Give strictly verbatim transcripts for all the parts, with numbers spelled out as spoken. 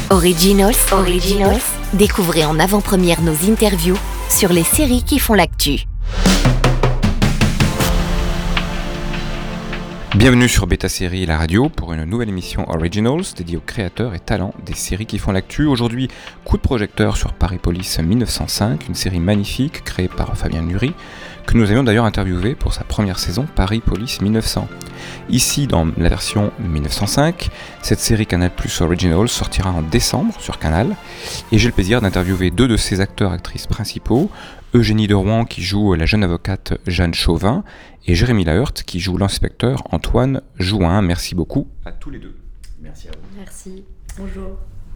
Originals, Originals. Découvrez en avant-première nos interviews sur les séries qui font l'actu. Bienvenue sur Beta Série La Radio pour une nouvelle émission Originals dédiée aux créateurs et talents des séries qui font l'actu. Aujourd'hui, coup de projecteur sur Paris Police mille neuf cent cinq, une série magnifique créée par Fabien Nury, que nous avions d'ailleurs interviewé pour sa première saison Paris Police mille neuf cents. Ici, dans la version mille neuf cent cinq, cette série Canal plus Originals sortira en décembre sur Canal, et j'ai le plaisir d'interviewer deux de ses acteurs-actrices principaux, Eugénie de Rouen qui joue la jeune avocate Jeanne Chauvin, et Jérémy Laheurte qui joue l'inspecteur Antoine Jouin. Merci beaucoup à tous les deux. Merci à vous. Merci. Bonjour.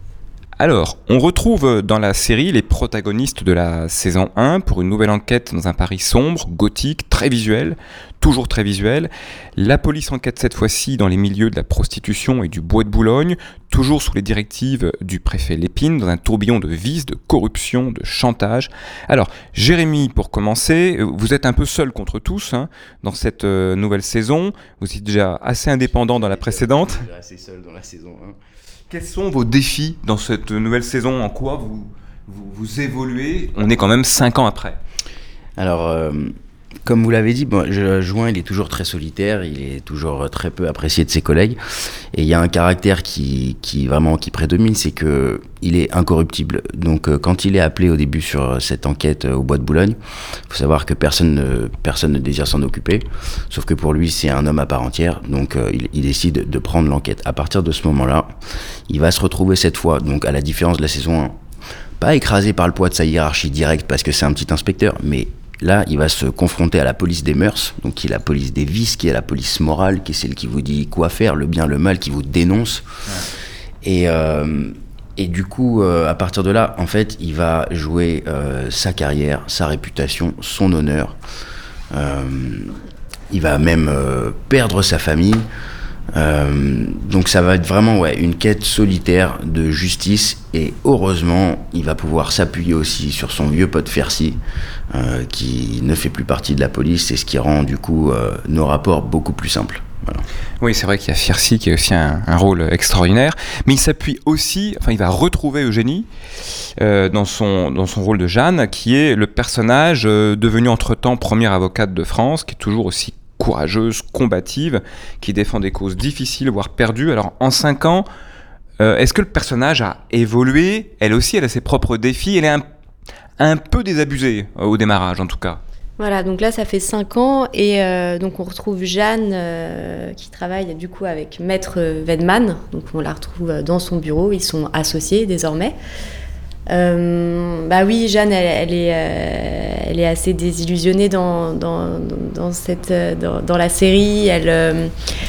Alors, on retrouve dans la série les protagonistes de la saison un pour une nouvelle enquête dans un Paris sombre, gothique, très visuel, toujours très visuel. La police enquête cette fois-ci dans les milieux de la prostitution et du bois de Boulogne, toujours sous les directives du préfet Lépine, dans un tourbillon de vices, de corruption, de chantage. Alors, Jérémy, pour commencer, vous êtes un peu seul contre tous hein, dans cette euh, nouvelle saison. Vous étiez déjà assez indépendant dans la précédente. Je suis assez seul dans la saison un. Quels sont vos défis dans cette nouvelle saison ? En quoi vous, vous, vous évoluez ? On est quand même cinq ans après. Alors, euh, comme vous l'avez dit, bon, Jouin, il est toujours très solitaire, il est toujours très peu apprécié de ses collègues. Et il y a un caractère qui, qui vraiment qui prédomine, c'est que il est incorruptible. Donc, euh, quand il est appelé au début sur cette enquête euh, au bois de Boulogne, il faut savoir que personne ne, personne ne désire s'en occuper. Sauf que pour lui, c'est un homme à part entière. Donc, euh, il, il décide de prendre l'enquête. À partir de ce moment-là, il va se retrouver cette fois, donc à la différence de la saison un, pas écrasé par le poids de sa hiérarchie directe parce que c'est un petit inspecteur, mais là, il va se confronter à la police des mœurs, donc qui est la police des vices, qui est la police morale, qui est celle qui vous dit quoi faire, le bien, le mal, qui vous dénonce. Ouais. Et, euh, et du coup, euh, à partir de là, en fait, il va jouer euh, sa carrière, sa réputation, son honneur. Euh, il va même euh, perdre sa famille. Euh, donc ça va être vraiment ouais, une quête solitaire de justice, et heureusement il va pouvoir s'appuyer aussi sur son vieux pote Fercy euh, qui ne fait plus partie de la police, et ce qui rend du coup euh, nos rapports beaucoup plus simples. Voilà. Oui, c'est vrai qu'il y a Fercy qui a aussi un, un rôle extraordinaire, mais il s'appuie aussi, enfin il va retrouver Eugénie euh, dans, son, dans son rôle de Jeanne, qui est le personnage euh, devenu entre-temps première avocate de France, qui est toujours aussi courageuse, combative, qui défend des causes difficiles, voire perdues. Alors, en cinq ans, euh, est-ce que le personnage a évolué ? Elle aussi, elle a ses propres défis. Elle est un, un peu désabusée, euh, au démarrage, en tout cas. Voilà, donc là, ça fait cinq ans. Et euh, donc, on retrouve Jeanne, euh, qui travaille du coup avec Maître Wedman. Donc, on la retrouve dans son bureau. Ils sont associés, désormais. Euh, bah oui, Jeanne, elle, elle, est, euh, elle est assez désillusionnée dans, dans, dans, cette, dans, dans la série. Elle, euh,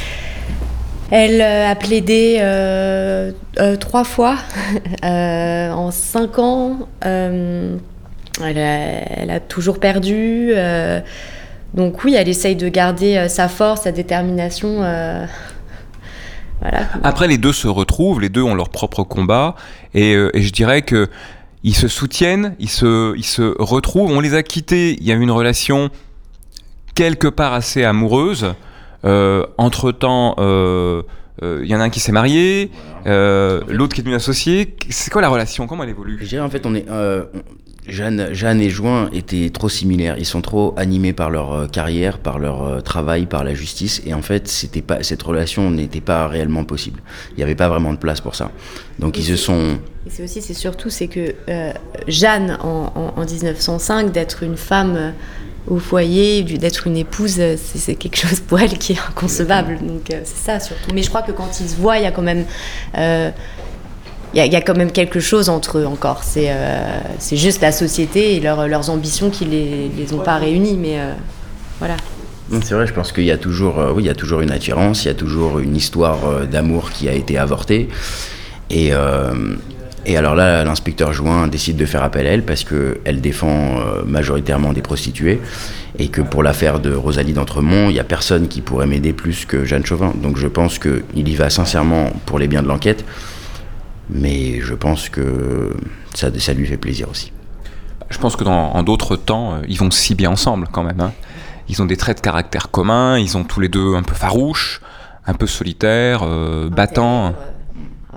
elle a plaidé euh, euh, trois fois euh, en cinq ans. Euh, elle, a, elle a toujours perdu. Euh, donc oui, elle essaye de garder sa force, sa détermination. Euh, Voilà. Après, les deux se retrouvent, les deux ont leur propre combat, et, euh, et je dirais que ils se soutiennent, ils se, ils se retrouvent. On les a quittés, il y a eu une relation quelque part assez amoureuse. Euh, entre-temps, euh, euh, il y en a un qui s'est marié, euh, l'autre qui est devenu associé. C'est quoi la relation ? Comment elle évolue ? Je dirais en fait, on est... Euh, Jeanne, Jeanne et Jouin étaient trop similaires. Ils sont trop animés par leur euh, carrière, par leur euh, travail, par la justice. Et en fait, c'était pas, cette relation n'était pas réellement possible. Il n'y avait pas vraiment de place pour ça. Donc, et ils se sont... Et c'est aussi, c'est surtout, c'est que euh, Jeanne, en, en, en dix-neuf cent cinq, d'être une femme euh, au foyer, d'être une épouse, c'est, c'est quelque chose pour elle qui est inconcevable. Donc, euh, c'est ça, surtout. Mais je crois que quand ils se voient, il y a quand même... Euh, Il y, a, il y a quand même quelque chose entre eux encore. C'est, euh, c'est juste la société et leur, leurs ambitions qui les, les ont pas réunis, mais euh, voilà. C'est vrai, je pense qu'il y a toujours, euh, oui, il y a toujours une attirance, il y a toujours une histoire euh, d'amour qui a été avortée. Et, euh, et alors là, l'inspecteur Jouin décide de faire appel à elle parce qu'elle défend euh, majoritairement des prostituées, et que pour l'affaire de Rosalie d'Entremont, il n'y a personne qui pourrait m'aider plus que Jeanne Chauvin. Donc je pense qu'il y va sincèrement pour les biens de l'enquête. Mais je pense que ça, ça lui fait plaisir aussi. Je pense que dans en d'autres temps, ils vont si bien ensemble quand même. Hein. Ils ont des traits de caractère communs, ils ont tous les deux un peu farouches, un peu solitaires, euh, battants. Euh, voilà.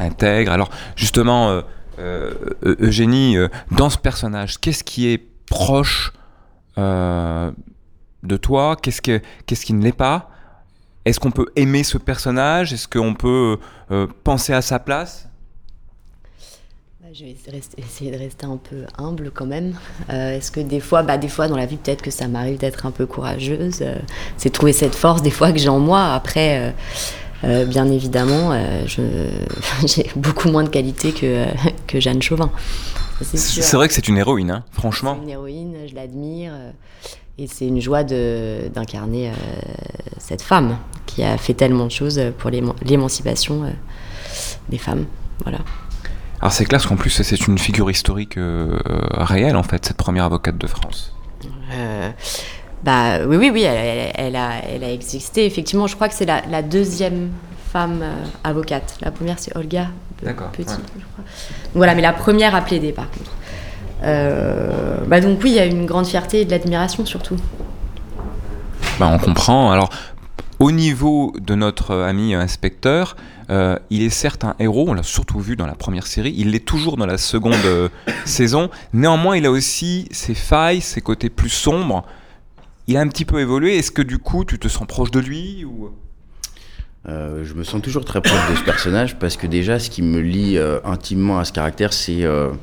intègre. Alors justement, euh, euh, Eugénie, euh, dans ce personnage, qu'est-ce qui est proche euh, de toi ? Qu'est-ce, que, qu'est-ce qui ne l'est pas ? Est-ce qu'on peut aimer ce personnage ? Est-ce qu'on peut euh, penser à sa place ? Je vais rester, essayer de rester un peu humble quand même. Euh, est-ce que des fois, bah, des fois dans la vie, peut-être que ça m'arrive d'être un peu courageuse. Euh, c'est trouver cette force des fois que j'ai en moi. Après, euh, euh, bien évidemment, euh, je, j'ai beaucoup moins de qualité que, euh, que Jeanne Chauvin. C'est, c'est vrai que c'est une héroïne, hein, franchement. C'est une héroïne, je l'admire. Euh, et c'est une joie de, d'incarner euh, cette femme qui a fait tellement de choses pour l'éman- l'émancipation euh, des femmes. Voilà. Alors c'est clair, parce qu'en plus c'est une figure historique euh, réelle en fait, cette première avocate de France. Euh, bah oui, oui, oui, elle, elle, elle, a, elle a existé. Effectivement, je crois que c'est la, la deuxième femme euh, avocate. La première c'est Olga Petit, ouais. Je crois. Voilà, mais la première a plaidé par contre. Euh, bah donc oui, il y a une grande fierté et de l'admiration surtout. Bah on comprend. Alors au niveau de notre ami inspecteur, euh, il est certes un héros, on l'a surtout vu dans la première série, il l'est toujours dans la seconde euh, saison, néanmoins il a aussi ses failles, ses côtés plus sombres, il a un petit peu évolué, est-ce que du coup tu te sens proche de lui ou... euh, Je me sens toujours très proche de ce personnage parce que déjà ce qui me lie euh, intimement à ce caractère c'est, euh,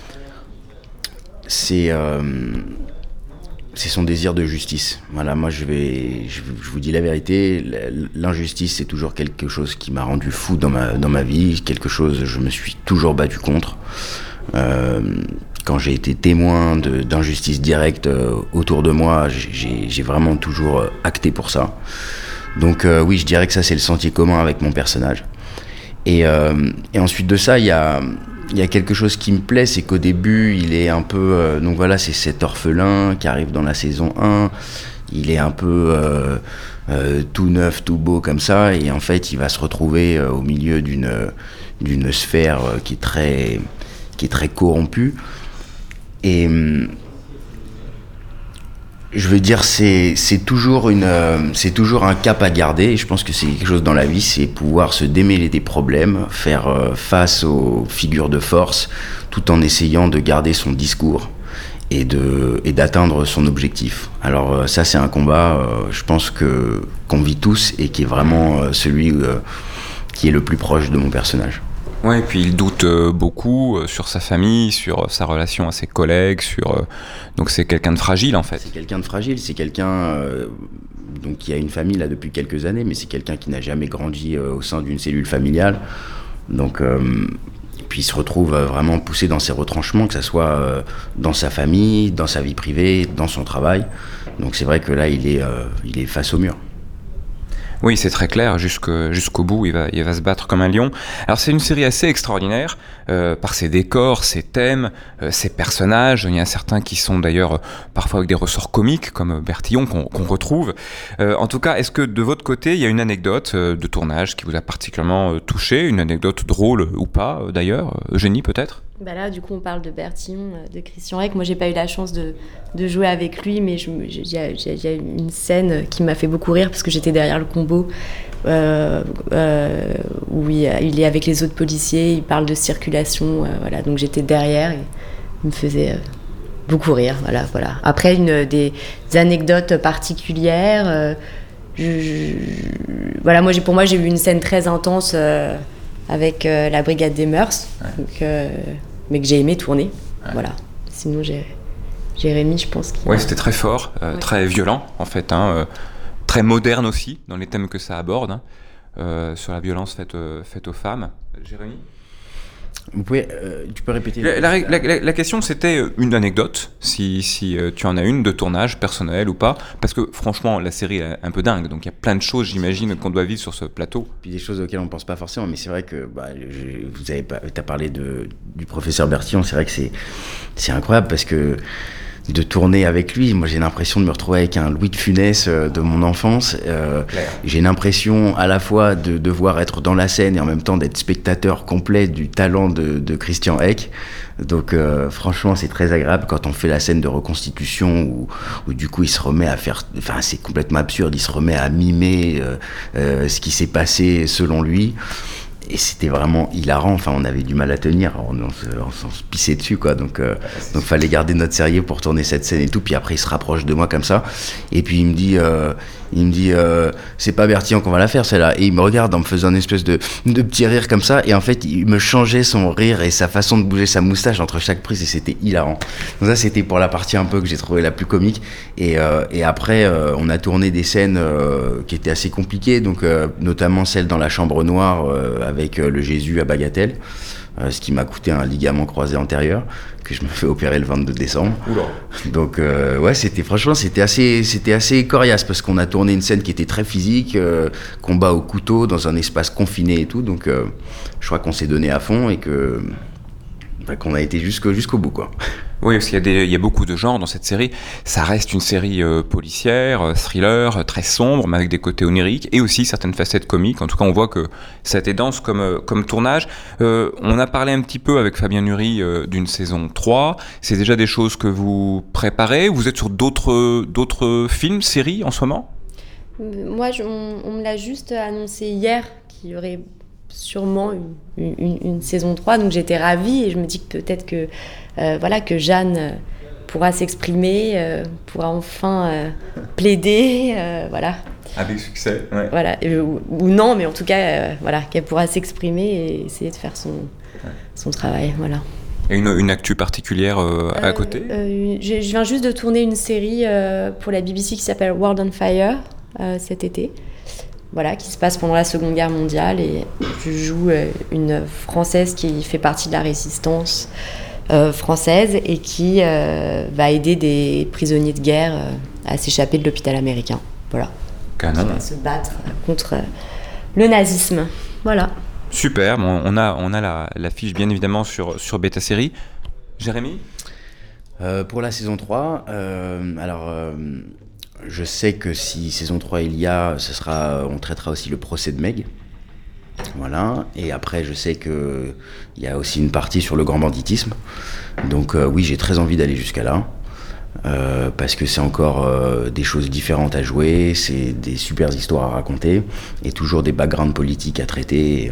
c'est, euh, c'est son désir de justice. Voilà, moi je vais, je, je vous dis la vérité, l'injustice c'est toujours quelque chose qui m'a rendu fou dans ma, dans ma vie, quelque chose je me suis toujours battu contre. Euh, quand j'ai été témoin de, d'injustice directe euh, autour de moi, j'ai, j'ai vraiment toujours euh, acté pour ça. Donc euh, oui, je dirais que ça c'est le sentier commun avec mon personnage. Et, euh, et ensuite de ça, il y a... Il y a quelque chose qui me plaît, c'est qu'au début, il est un peu... Euh, donc voilà, c'est cet orphelin qui arrive dans la saison un. Il est un peu euh, euh, tout neuf, tout beau comme ça. Et en fait, il va se retrouver euh, au milieu d'une, d'une sphère euh, qui est très, qui est très corrompue. Et... Hum, je veux dire, c'est, c'est, toujours une, euh, c'est toujours un cap à garder. Et je pense que c'est quelque chose dans la vie, c'est pouvoir se démêler des problèmes, faire euh, face aux figures de force, tout en essayant de garder son discours et, de, et d'atteindre son objectif. Alors euh, ça, c'est un combat, euh, je pense, que, qu'on vit tous et qui est vraiment euh, celui euh, qui est le plus proche de mon personnage. Ouais, et puis il doute euh, beaucoup euh, sur sa famille, sur euh, sa relation à ses collègues, sur euh, donc c'est quelqu'un de fragile en fait. C'est quelqu'un de fragile, c'est quelqu'un euh, donc qui a une famille là depuis quelques années, mais c'est quelqu'un qui n'a jamais grandi euh, au sein d'une cellule familiale. Donc euh, puis il se retrouve euh, vraiment poussé dans ses retranchements, que ça soit euh, dans sa famille, dans sa vie privée, dans son travail. Donc c'est vrai que là il est euh, il est face au mur. Oui, c'est très clair, jusqu'au, jusqu'au bout, il va, il va se battre comme un lion. Alors c'est une série assez extraordinaire, euh, par ses décors, ses thèmes, euh, ses personnages. Il y en a certains qui sont d'ailleurs euh, parfois avec des ressorts comiques, comme Bertillon, qu'on, qu'on retrouve. Euh, en tout cas, est-ce que de votre côté, il y a une anecdote euh, de tournage qui vous a particulièrement euh, touché, une anecdote drôle ou pas, euh, d'ailleurs, Eugénie peut-être ? Bah là, du coup, on parle de Bertillon, de Christian Rec. Moi, j'ai pas eu la chance de, de jouer avec lui, mais il y a une scène qui m'a fait beaucoup rire parce que j'étais derrière le combo euh, euh, où il, il est avec les autres policiers, il parle de circulation, euh, voilà. Donc j'étais derrière et il me faisait euh, beaucoup rire, voilà, voilà. Après, une des, des anecdotes particulières, euh, je, je, voilà, moi, j'ai, pour moi, j'ai eu une scène très intense. Euh, avec euh, la Brigade des Mœurs, ouais. donc, euh, mais que j'ai aimé tourner. Ouais. Voilà. Sinon, j'ai, Jérémy, je pense. Oui, c'était très fort, euh, ouais. très violent, en fait, hein, euh, très moderne aussi, dans les thèmes que ça aborde, hein, euh, sur la violence faite, euh, faite aux femmes. Jérémy ? Vous pouvez, euh, tu peux répéter la, la, la, la, la question, c'était une anecdote, si, si euh, tu en as une, de tournage personnel ou pas, parce que franchement, la série est un peu dingue, donc il y a plein de choses, j'imagine, qu'on doit vivre sur ce plateau. Puis des choses auxquelles on ne pense pas forcément, mais c'est vrai que bah, je, vous avez pas, t'as parlé de, du professeur Bertillon, c'est vrai que c'est, c'est incroyable parce que de tourner avec lui, moi j'ai l'impression de me retrouver avec un Louis de Funès euh, de mon enfance. Euh, j'ai l'impression à la fois de devoir être dans la scène et en même temps d'être spectateur complet du talent de, de Christian Eck. Donc euh, franchement c'est très agréable quand on fait la scène de reconstitution où, où du coup il se remet à faire, enfin c'est complètement absurde, il se remet à mimer euh, euh, ce qui s'est passé selon lui. et c'était vraiment hilarant. Enfin, on avait du mal à tenir, on, on, se, on s'en se pissait dessus, quoi. Donc, euh, donc, fallait garder notre sérieux pour tourner cette scène et tout. Puis après, il se rapproche de moi comme ça, et puis il me dit, euh, il me dit, euh, c'est pas Bertillon qu'on va la faire, celle-là. Et il me regarde en me faisant une espèce de, de petit rire comme ça, et en fait, il me changeait son rire et sa façon de bouger sa moustache entre chaque prise, et c'était hilarant. Donc ça, c'était pour la partie un peu que j'ai trouvé la plus comique. Et, euh, et après, euh, on a tourné des scènes euh, qui étaient assez compliquées, donc euh, notamment celle dans la chambre noire euh, avec euh, le Jésus à Bagatelle, euh, ce qui m'a coûté un ligament croisé antérieur que je me fais opérer le vingt-deux décembre. Oula. Donc euh, ouais, c'était franchement c'était assez c'était assez coriace parce qu'on a tourné une scène qui était très physique, euh, combat au couteau dans un espace confiné et tout, donc euh, je crois qu'on s'est donné à fond et que bah, qu'on a été jusqu'au jusqu'au bout, quoi. Oui, parce qu'il y a, des, il y a beaucoup de genres dans cette série. Ça reste une série euh, policière, euh, thriller, euh, très sombre, mais avec des côtés oniriques et aussi certaines facettes comiques. En tout cas, on voit que ça a été dense comme, euh, comme tournage. Euh, on a parlé un petit peu avec Fabien Nury euh, d'une saison trois. C'est déjà des choses que vous préparez? Vous êtes sur d'autres, d'autres films, séries en ce moment? Moi, je, on, on me l'a juste annoncé hier qu'il y aurait sûrement une, une, une saison trois, donc j'étais ravie et je me dis que peut-être que, euh, voilà, que Jeanne euh, pourra s'exprimer, euh, pourra enfin euh, plaider, euh, voilà. Avec succès, ouais. Voilà, et, ou, ou non, mais en tout cas, euh, voilà, qu'elle pourra s'exprimer et essayer de faire son, ouais. son travail, voilà. Et une, une actu particulière euh, à euh, côté euh, je, je viens juste de tourner une série euh, pour la B B C qui s'appelle World on Fire euh, cet été. Voilà, qui se passe pendant la Seconde Guerre mondiale et je joue euh, une Française qui fait partie de la résistance euh, française et qui euh, va aider des prisonniers de guerre euh, à s'échapper de l'hôpital américain. Voilà. Canon. Qui va se battre contre euh, le nazisme. Voilà. Super, bon, on a, on a la, la fiche bien évidemment sur, sur Beta Série. Jérémy ? euh, Pour la saison trois, euh, alors... Euh, je sais que si saison trois il y a, ce sera, on traitera aussi le procès de Meg. Voilà. Et après, je sais qu'il y a aussi une partie sur le grand banditisme. Donc euh, oui, j'ai très envie d'aller jusqu'à là. Euh, parce que c'est encore euh, des choses différentes à jouer, c'est des super histoires à raconter, et toujours des backgrounds politiques à traiter.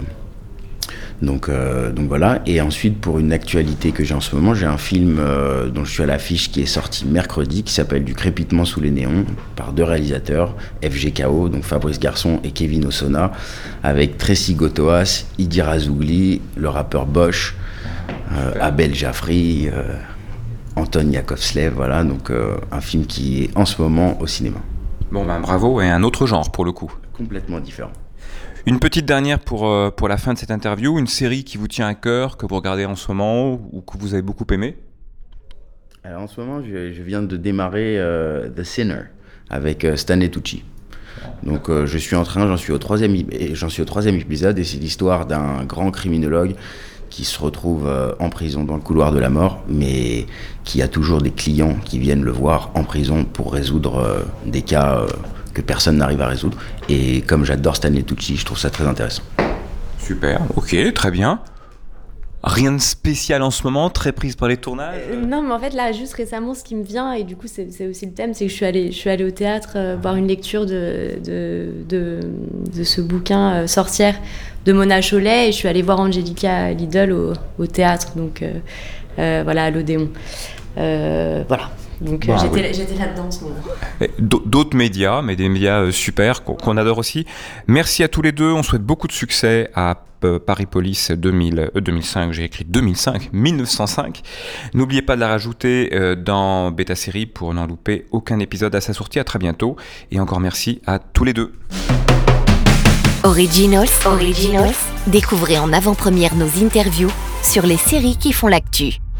Donc, euh, donc voilà. Et ensuite, pour une actualité que j'ai en ce moment, j'ai un film euh, dont je suis à l'affiche qui est sorti mercredi, qui s'appelle Du crépitement sous les néons, par deux réalisateurs, F G K O, donc Fabrice Garçon et Kevin Osona, avec Tracy Gotoas, Idi Razougli, le rappeur Bosch, euh, Abel Jaffry, euh, Anton Yakovslev, voilà. Donc euh, un film qui est en ce moment au cinéma. Bon ben bravo, et un autre genre pour le coup. Complètement différent. Une petite dernière pour, euh, pour la fin de cette interview, une série qui vous tient à cœur, que vous regardez en ce moment ou que vous avez beaucoup aimé? Alors en ce moment, je, je viens de démarrer euh, The Sinner avec euh, Stanley Tucci. Donc euh, je suis en train, j'en suis au troisième, j'en suis au troisième épisode et c'est l'histoire d'un grand criminologue qui se retrouve euh, en prison dans le couloir de la mort, mais qui a toujours des clients qui viennent le voir en prison pour résoudre euh, des cas euh, que personne n'arrive à résoudre. Et comme j'adore Stanley Tucci, je trouve ça très intéressant. Super, ok, très bien. Rien de spécial en ce moment, très prise par les tournages euh, Non, mais en fait, là, juste récemment, ce qui me vient, et du coup, c'est, c'est aussi le thème, c'est que je suis allée, je suis allée au théâtre euh, voir une lecture de, de, de, de ce bouquin euh, Sorcière de Mona Chollet, et je suis allée voir Angelica Lidl au, au théâtre, donc euh, euh, voilà, à l'Odéon. Euh, voilà. Donc bah, j'étais, oui. j'étais là-dedans en ce moment. D'autres médias, mais des médias super qu'on adore aussi. Merci à tous les deux. On souhaite beaucoup de succès à Paris Police deux mille, euh, deux mille cinq. J'ai écrit deux mille cinq, mille neuf cent cinq. N'oubliez pas de la rajouter euh, dans Beta Série pour n'en louper aucun épisode à sa sortie. À très bientôt. Et encore merci à tous les deux. Originals, Originals. Découvrez en avant-première nos interviews sur les séries qui font l'actu.